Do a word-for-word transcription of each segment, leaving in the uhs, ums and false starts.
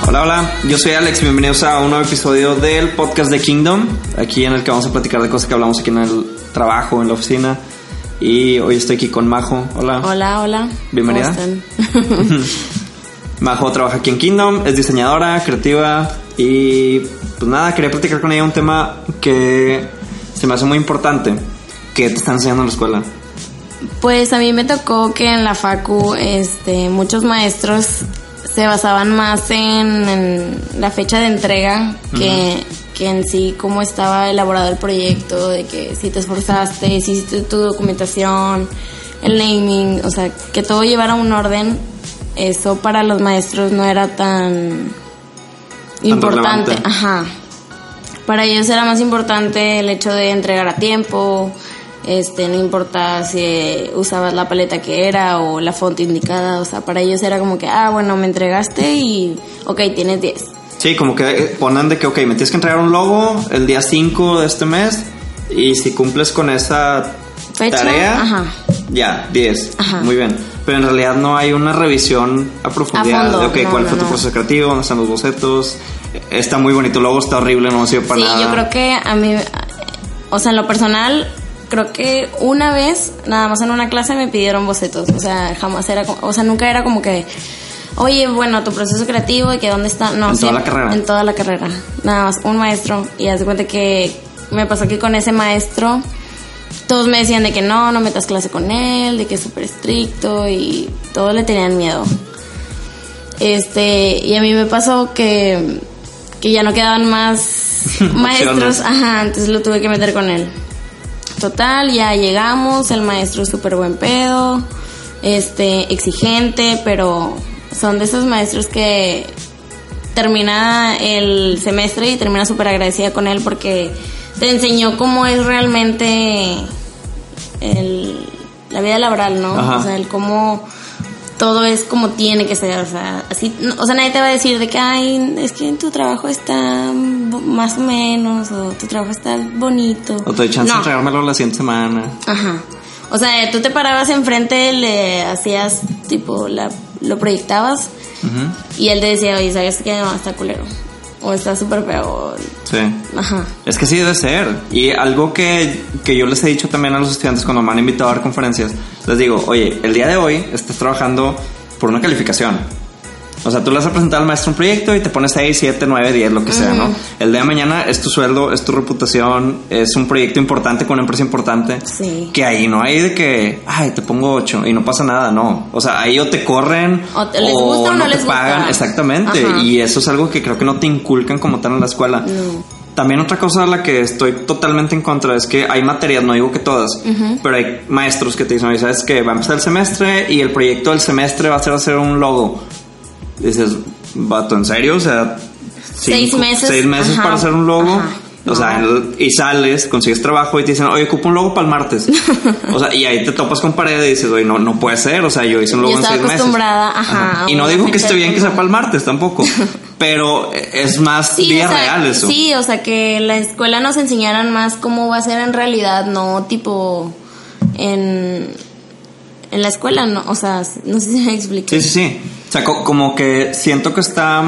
Hola, hola, yo soy Alex, bienvenidos a un nuevo episodio del podcast de Kingdom, aquí en el que vamos a platicar de cosas que hablamos aquí en el trabajo, en la oficina. Y hoy estoy aquí con Majo. Hola. Hola, hola. Bienvenida. ¿Cómo están? Majo trabaja aquí en Kingdom, es diseñadora, creativa y pues nada, quería platicar con ella un tema que se me hace muy importante. ¿Qué te están enseñando en la escuela? Pues a mí me tocó que en la facu este, muchos maestros se basaban más en, en la fecha de entrega que, uh-huh. que en sí cómo estaba elaborado el proyecto, de que si te esforzaste, si hiciste tu documentación, el naming, o sea, que todo llevara un orden. Eso para los maestros no era tan, tan importante. Relevante. Ajá. Para ellos era más importante el hecho de entregar a tiempo. Este, no importa si usabas la paleta que era o la fuente indicada, o sea, para ellos era como que, ah, bueno, me entregaste y, ok, tienes diez. Sí, como que ponen de que, ok, me tienes que entregar un logo el día cinco de este mes y si cumples con esa fecha, tarea, ajá. ya, diez. Ajá. Muy bien. Pero en realidad no hay una revisión a profundidad a fondo, de, ok, no, cuál no, fue no. tu proceso creativo, dónde están los bocetos. Está muy bonito el logo, está horrible, no me sirve para sí, nada. Sí, yo creo que a mí, o sea, en lo personal, creo que una vez, nada más en una clase me pidieron bocetos, o sea, jamás era, o sea, nunca era como que, oye, bueno, tu proceso creativo y que dónde está, no, en sí, toda la carrera, en toda la carrera, nada más un maestro, y haz de cuenta que me pasó que con ese maestro todos me decían de que no, no metas clase con él, de que es súper estricto y todos le tenían miedo. Este, y a mí me pasó que que ya no quedaban más maestros, ajá, entonces lo tuve que meter con él. Total, ya llegamos, el maestro es súper buen pedo, este, exigente, pero son de esos maestros que termina el semestre y termina súper agradecida con él porque te enseñó cómo es realmente el, la vida laboral, ¿no? Ajá. O sea, el cómo todo es como tiene que ser, o sea, así, no, o sea, nadie te va a decir de que, ay, es que tu trabajo está más o menos, o tu trabajo está bonito. O te doy chance no. de entregármelo la siguiente semana. Ajá. O sea, tú te parabas enfrente, le hacías, tipo, la, lo proyectabas, uh-huh. y él te decía, oye, ¿sabes qué? No, está culero. O está súper feo. Sí. Ajá. Es que sí debe ser. Y algo que, que yo les he dicho también a los estudiantes cuando me han invitado a dar conferencias, les digo, oye, el día de hoy estás trabajando por una calificación. O sea, tú le vas a presentar al maestro un proyecto y te pones seis, siete, nueve, diez, lo que sea, ¿no? El día de mañana es tu sueldo, es tu reputación, es un proyecto importante con una empresa importante. Sí. Que ahí no hay de que, ay, te pongo ocho y no pasa nada, no. O sea, ahí o te corren o, te les o gusta, o no, no les te pagan. Gusta. Exactamente. Ajá. Y eso es algo que creo que no te inculcan como tal en la escuela. No. También otra cosa a la que estoy totalmente en contra es que hay materias, no digo que todas, uh-huh. pero hay maestros que te dicen, oye, ¿sabes qué? Va a empezar el semestre y el proyecto del semestre va a ser hacer un logo. Dices, vato, ¿en serio? O sea, cinco, seis meses, seis meses ajá, para hacer un logo. Ajá, o no. sea, y sales, consigues trabajo y te dicen, oye, ocupo un logo para el martes. O sea, y ahí te topas con pared y dices, oye, no, no puede ser. O sea, yo hice un logo yo en seis meses. acostumbrada, ajá. ajá. Y no digo que esté bien que sea para el martes tampoco. Pero es más sí, vida o sea, real eso. Sí, o sea, que la escuela nos enseñaran más cómo va a ser en realidad, no tipo en, en la escuela, no, o sea, no sé si me explico. Sí, sí, sí. O sea, co- como que siento que está...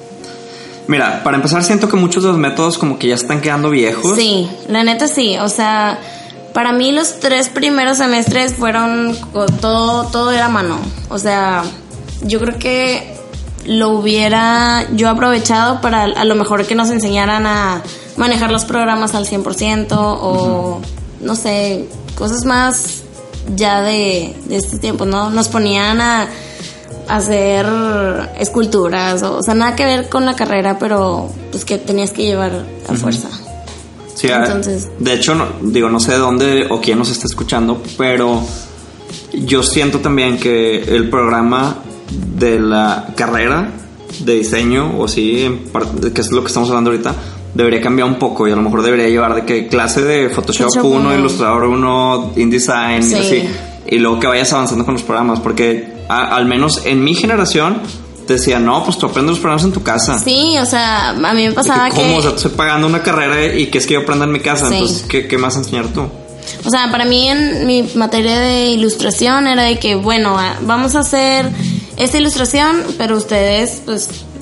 Mira, para empezar siento que muchos de los métodos como que ya están quedando viejos. Sí, la neta sí, o sea, para mí los tres primeros semestres fueron todo, todo era mano. O sea, yo creo que lo hubiera yo aprovechado para a lo mejor que nos enseñaran a manejar los programas al cien por ciento o uh-huh. no sé, cosas más ya de, de este tiempo, ¿no? Nos ponían a hacer esculturas, o, o sea, nada que ver con la carrera, pero pues que tenías que llevar a fuerza. Sí, entonces, de hecho, no, digo, no sé de dónde o quién nos está escuchando, pero yo siento también que el programa de la carrera de diseño, o sí, en parte, que es lo que estamos hablando ahorita, debería cambiar un poco y a lo mejor debería llevar de que clase de Photoshop uno, Illustrator uno, InDesign, sí. así, y luego que vayas avanzando con los programas, porque a, al menos en mi generación te decía, no, pues tú aprendes los programas en tu casa. Sí, o sea, a mí me pasaba que... ¿Cómo? que... O sea, estoy pagando una carrera y que es que yo aprenda en mi casa, sí. Entonces, ¿qué, qué más enseñar tú? O sea, para mí en mi materia de ilustración era de que, bueno, vamos a hacer esta ilustración, pero ustedes, pues,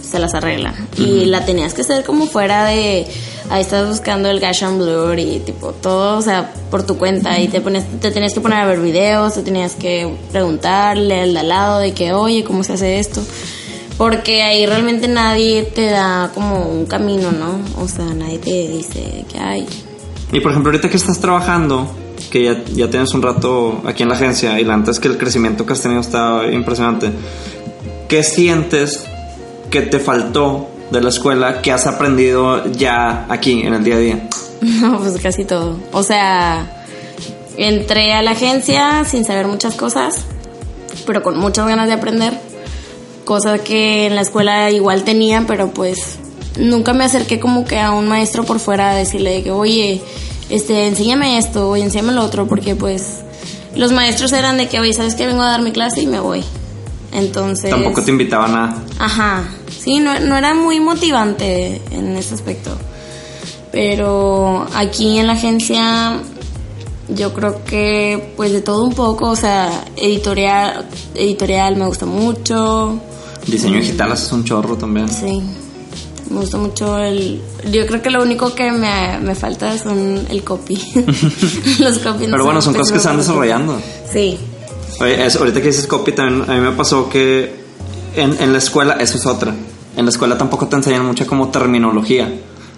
se las arreglan. Uh-huh. Y la tenías que hacer como fuera de... Ahí estás buscando el Gash and Blur y tipo todo, o sea, por tu cuenta. Uh-huh. Y te, pones, te tenías que poner a ver videos, te tenías que preguntarle al de al lado de que, oye, ¿cómo se hace esto? Porque ahí realmente nadie te da como un camino, ¿no? O sea, nadie te dice que hay. Y por ejemplo, ahorita que estás trabajando, que ya, ya tienes un rato aquí en la agencia y la antes que el crecimiento que has tenido está impresionante, ¿qué sientes que te faltó de la escuela que has aprendido ya aquí en el día a día? No, pues casi todo. O sea, entré a la agencia sin saber muchas cosas, pero con muchas ganas de aprender, cosas que en la escuela igual tenía, pero pues nunca me acerqué como que a un maestro por fuera a decirle que, oye, este, enséñame esto, oye, enséñame lo otro, porque pues los maestros eran de que, oye, ¿sabes qué? Vengo a dar mi clase y me voy. Entonces... Tampoco te invitaban a... Ajá, sí, no, no era muy motivante en ese aspecto. Pero aquí en la agencia yo creo que pues de todo un poco, o sea, editorial, editorial me gusta mucho. Diseño digital haces un chorro también. Sí, me gusta mucho el... Yo creo que lo único que me, me falta son el copy. Los copy. Pero bueno, son cosas que se están desarrollando. Sí. Oye, es, ahorita que dices copy también, a mí me pasó que en, en la escuela, eso es otra, en la escuela tampoco te enseñan mucha como terminología.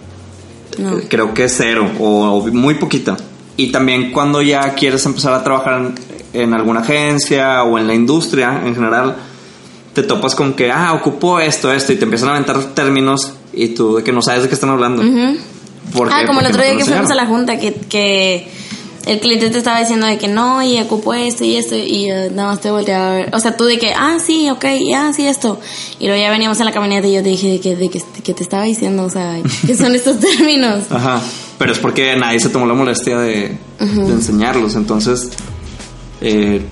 No. Creo que cero o, o muy poquita. Y también cuando ya quieres empezar a trabajar en, en alguna agencia o en la industria en general, te topas con que, ah, ocupo esto, esto, y te empiezan a aventar términos y tú de que no sabes de qué están hablando. Uh-huh. Ah, como el otro día que fuimos a la junta, que... que el cliente te estaba diciendo de que no, y ocupo esto y esto, y yo nada más te volteaba a ver. O sea, tú de que, ah, sí, ok, ah, sí, esto. Y luego ya veníamos en la camioneta y yo te dije de que, de que, de que te estaba diciendo, o sea, ¿qué son estos términos? Ajá, pero es porque nadie se tomó la molestia de, uh-huh. de enseñarlos. Entonces, eh,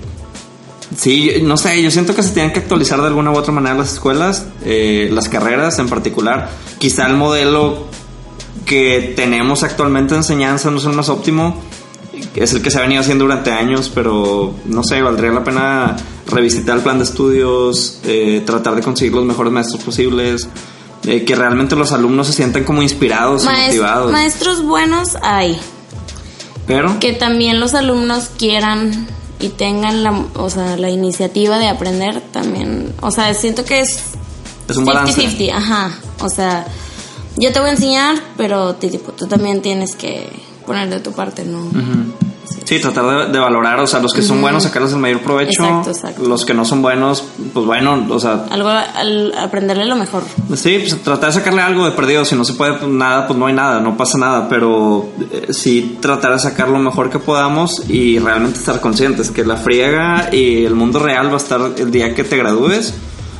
sí, no sé, yo siento que se tienen que actualizar de alguna u otra manera las escuelas, eh, las carreras en particular. Quizá el modelo que tenemos actualmente de enseñanza no es el más óptimo, es el que se ha venido haciendo durante años, pero no sé, valdría la pena revisitar el plan de estudios, eh, tratar de conseguir los mejores maestros posibles, eh, que realmente los alumnos se sientan como inspirados Maest- y motivados. Maestros buenos hay, pero que también los alumnos quieran y tengan la, o sea, la iniciativa de aprender también. O sea, siento que es es un balance. cincuenta cincuenta, ajá. O sea, yo te voy a enseñar, pero tipo, tú también tienes que poner de tu parte, ¿no? Uh-huh. Sí, sí, tratar de, de valorar, o sea, los que uh-huh. son buenos, sacarles el mayor provecho. Exacto, exacto. Los que no son buenos, pues bueno, o sea... Algo, al aprenderle lo mejor. Sí, pues tratar de sacarle algo de perdido. Si no se puede pues, nada, pues no hay nada, no pasa nada. Pero eh, sí tratar de sacar lo mejor que podamos y realmente estar conscientes que la friega y el mundo real va a estar el día que te gradúes.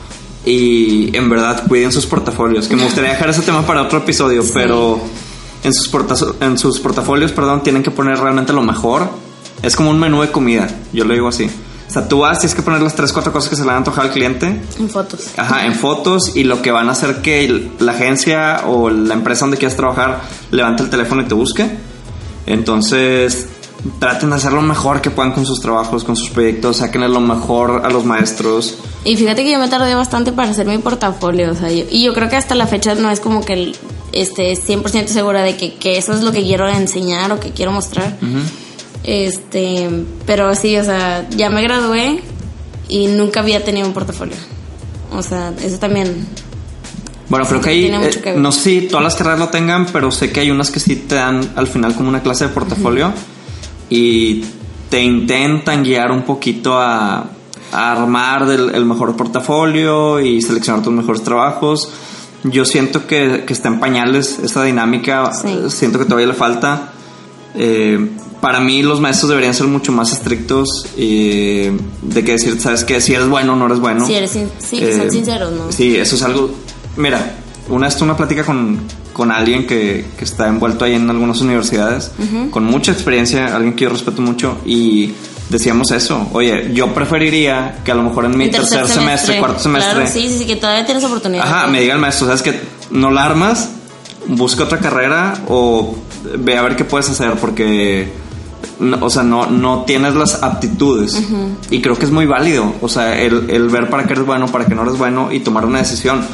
Y en verdad cuiden sus portafolios. Que me gustaría dejar ese tema para otro episodio, sí. Pero... En sus, porta- en sus portafolios, perdón, tienen que poner realmente lo mejor. Es como un menú de comida, yo lo digo así. O sea, tú vas, tienes que poner las tres, cuatro cosas que se le van a antojar al cliente. En fotos. Ajá, en fotos. Y lo que van a hacer que la agencia o la empresa donde quieras trabajar levante el teléfono y te busque. Entonces, traten de hacer lo mejor que puedan con sus trabajos, con sus proyectos. Sáquenle lo mejor a los maestros. Y fíjate que yo me tardé bastante para hacer mi portafolio. O sea, yo, y yo creo que hasta la fecha no es como que... El, este cien por ciento segura de que, que eso es lo que quiero enseñar o que quiero mostrar. Uh-huh. Este, pero sí, o sea, ya me gradué y nunca había tenido un portafolio. O sea, eso también. Bueno, creo que ahí eh, no sé si todas las carreras lo tengan, pero sé que hay unas que sí te dan al final como una clase de portafolio. Uh-huh. Y te intentan guiar un poquito a, a armar del, el mejor portafolio y seleccionar tus mejores trabajos. Yo siento que, que está en pañales esta dinámica. Sí. Siento que todavía le falta. Eh, para mí los maestros deberían ser mucho más estrictos, eh, de que decir, sabes que si eres bueno o no eres bueno. Si eres sin, sí, que eh, son sinceros, ¿no? Sí, eso es algo. Mira, una vez tuve una plática con, con alguien que, que está envuelto ahí en algunas universidades, uh-huh. con mucha experiencia, alguien que yo respeto mucho, y decíamos eso. Oye, yo preferiría que a lo mejor en mi tercer, tercer semestre, semestre, cuarto semestre... Claro, sí, sí, sí, que todavía tienes oportunidad. Ajá, me diga el maestro, ¿sabes qué? No la armas, busca otra carrera o ve a ver qué puedes hacer, porque... No, o sea, no, no tienes las aptitudes. Uh-huh. Y creo que es muy válido. O sea, el, el ver para qué eres bueno, para qué no eres bueno y tomar una decisión.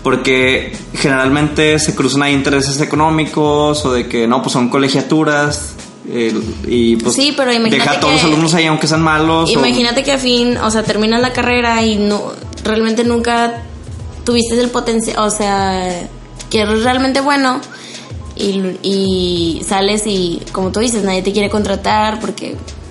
porque generalmente se cruzan ahí intereses económicos o de que no, pues son colegiaturas. El, y pues sí, pero deja a todos que, los alumnos ahí aunque sean malos. Imagínate o... que a fin, o sea, terminas la carrera y no realmente nunca tuviste el potencial, o sea, que eres realmente bueno y, y sales y, como tú dices, nadie te quiere contratar porque,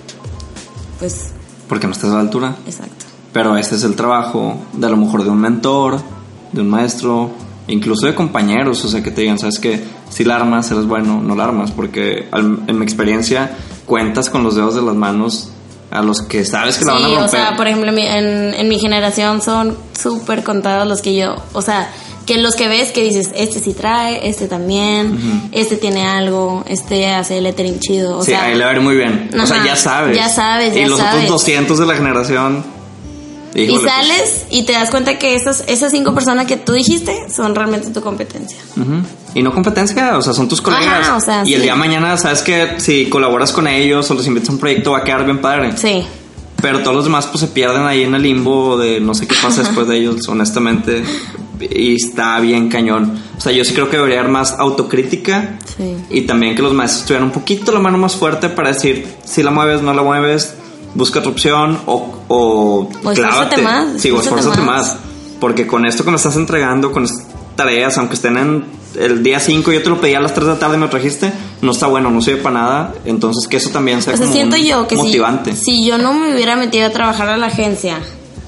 pues... Porque no estás a la altura. Exacto. Pero este es el trabajo de a lo mejor de un mentor, de un maestro, incluso de compañeros, o sea, que te digan, ¿sabes qué? Si la armas, eres bueno, no la armas, porque al, en mi experiencia cuentas con los dedos de las manos a los que sabes que sí, la van a romper. O sea, por ejemplo, en, en mi generación son súper contados los que yo, o sea, que los que ves que dices, este sí trae, este también, uh-huh. este tiene algo, este hace lettering chido, o sí, sea, ahí le va a ir muy bien. Ajá, o sea, ya sabes. Ya sabes, ya y los sabes. otros doscientos de la generación... Híjole, y sales pues. Y te das cuenta que esas, esas cinco personas que tú dijiste son realmente tu competencia. Uh-huh. Y no competencia, o sea, son tus colegas. Ajá, o sea, y sí. el día de mañana, sabes que si colaboras con ellos o los invitas a un proyecto va a quedar bien padre. Sí. Pero todos los demás pues se pierden ahí en el limbo de no sé qué pasa después de ellos, honestamente. Y está bien cañón. O sea, yo sí creo que debería haber más autocrítica. Sí. Y también que los maestros tuvieran un poquito la mano más fuerte para decir si la mueves, no la mueves, busca otra opción o, o, o clávate más. Sí, o esfuérzate más. más. Porque con esto que me estás entregando, con estas tareas, aunque estén en el día cinco, yo te lo pedí a las tres de la tarde y me lo trajiste, no está bueno, no sirve para nada. Entonces que eso también sea, o sea, como siento yo que motivante. Si, si yo no me hubiera metido a trabajar a la agencia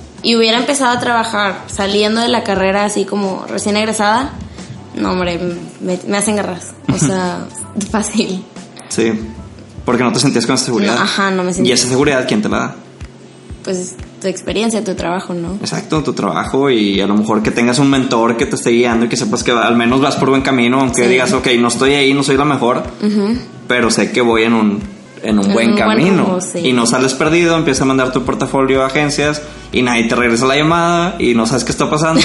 y hubiera empezado a trabajar saliendo de la carrera así como recién egresada, no, hombre, me, me hacen garras. O sea, fácil. Sí. Porque no te sentías con esa seguridad. No, ajá, no me sentía. ¿Y esa seguridad quién te la da? Pues tu experiencia, tu trabajo, ¿no? Exacto, tu trabajo y a lo mejor que tengas un mentor que te esté guiando y que sepas que al menos vas por buen camino, aunque sí. digas, ok, no estoy ahí, no soy la mejor, uh-huh. pero sé que voy en un, en un en buen un camino. Buen rumbo, sí. Y no sales perdido, empiezas a mandar tu portafolio a agencias y nadie te regresa la llamada y no sabes qué está pasando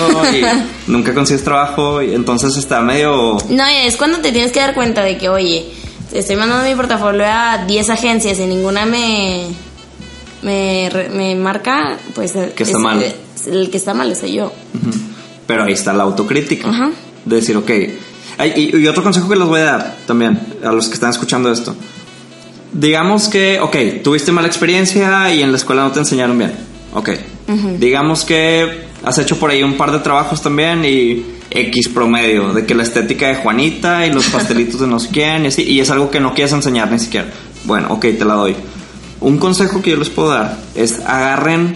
y nunca consigues trabajo y entonces está medio... No, es cuando te tienes que dar cuenta de que, oye... Estoy mandando mi portafolio a diez agencias y ninguna me me, me marca, pues que está es, mal. El, el que está mal soy yo. Uh-huh. Pero ahí está la autocrítica. Uh-huh. De decir, ok. Y, y otro consejo que les voy a dar también a los que están escuchando esto. Digamos que, ok, tuviste mala experiencia y en la escuela no te enseñaron bien. Ok. Uh-huh. Digamos que has hecho por ahí un par de trabajos también y... X promedio, de que la estética de Juanita y los pastelitos de no sé quién y así, y es algo que no quieres enseñar ni siquiera. Bueno, ok, te la doy. Un consejo que yo les puedo dar es agarren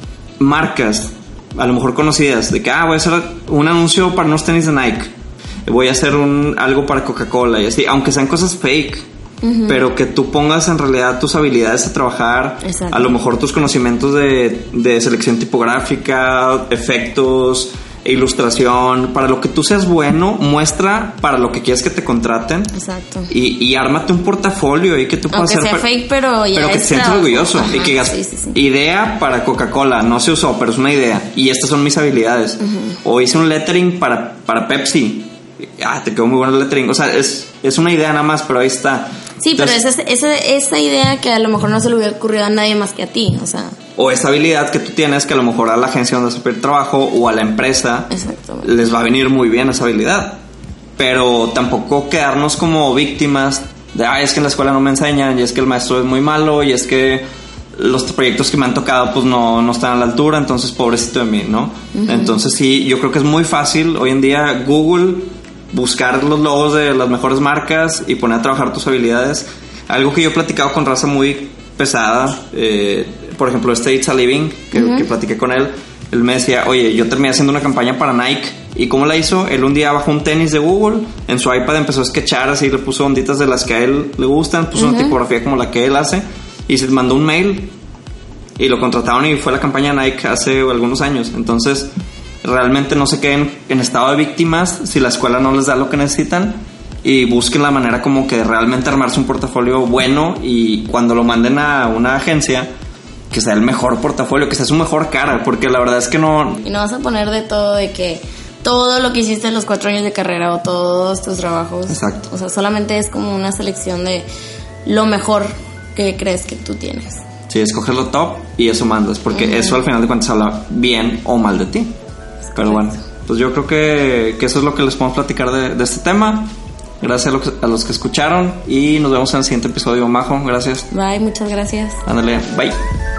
marcas, a lo mejor conocidas, de que, ah, voy a hacer un anuncio para unos tenis de Nike, voy a hacer un algo para Coca-Cola y así, aunque sean cosas fake, uh-huh. pero que tú pongas en realidad tus habilidades a trabajar. Exacto. A lo mejor tus conocimientos de, de selección tipográfica, efectos... ilustración, para lo que tú seas bueno, muestra para lo que quieres que te contraten. Exacto. Y, y ármate un portafolio y que tú puedas hacer. Aunque sea fake, pero ya Pero que te sientas orgulloso. Ajá, y que digas, sí, sí, sí. idea para Coca-Cola, no se usó, pero es una idea. Y estas son mis habilidades. Uh-huh. O hice un lettering para, para Pepsi. Ah, te quedó muy bueno el lettering. O sea, es, es una idea nada más, pero ahí está. Sí, entonces, pero esa, esa, esa idea que a lo mejor no se le hubiera ocurrido a nadie más que a ti, o sea... O esa habilidad que tú tienes que a lo mejor a la agencia donde vas a pedir trabajo o a la empresa les va a venir muy bien esa habilidad. Pero tampoco quedarnos como víctimas de, ay, es que en la escuela no me enseñan y es que el maestro es muy malo y es que los proyectos que me han tocado pues no, no están a la altura, entonces pobrecito de mí, ¿no? Uh-huh. Entonces sí, yo creo que es muy fácil hoy en día Google... buscar los logos de las mejores marcas y poner a trabajar tus habilidades. Algo que yo he platicado con raza muy pesada, eh, por ejemplo este It's a Living que, uh-huh. que platiqué con él, él me decía, oye, yo terminé haciendo una campaña para Nike. ¿Y cómo la hizo? Él un día bajó un tenis de Google, en su iPad empezó a sketchar así, le puso onditas de las que a él le gustan, puso uh-huh. una tipografía como la que él hace y se mandó un mail y lo contrataron y fue la campaña Nike hace algunos años. Entonces realmente no se queden en estado de víctimas si la escuela no les da lo que necesitan y busquen la manera como que realmente armarse un portafolio bueno y cuando lo manden a una agencia que sea el mejor portafolio, que sea su mejor cara, porque la verdad es que no... Y no vas a poner de todo, de que todo lo que hiciste en los cuatro años de carrera o todos tus trabajos. Exacto. O sea, solamente es como una selección de lo mejor que crees que tú tienes. Sí, escoger lo top y eso mandas, porque uh-huh. eso al final de cuentas habla bien o mal de ti. Pero bueno, pues yo creo que, que eso es lo que les podemos platicar de, de este tema. Gracias a los, a los que escucharon y nos vemos en el siguiente episodio. Majo, gracias. Bye, muchas gracias. Ándale, bye.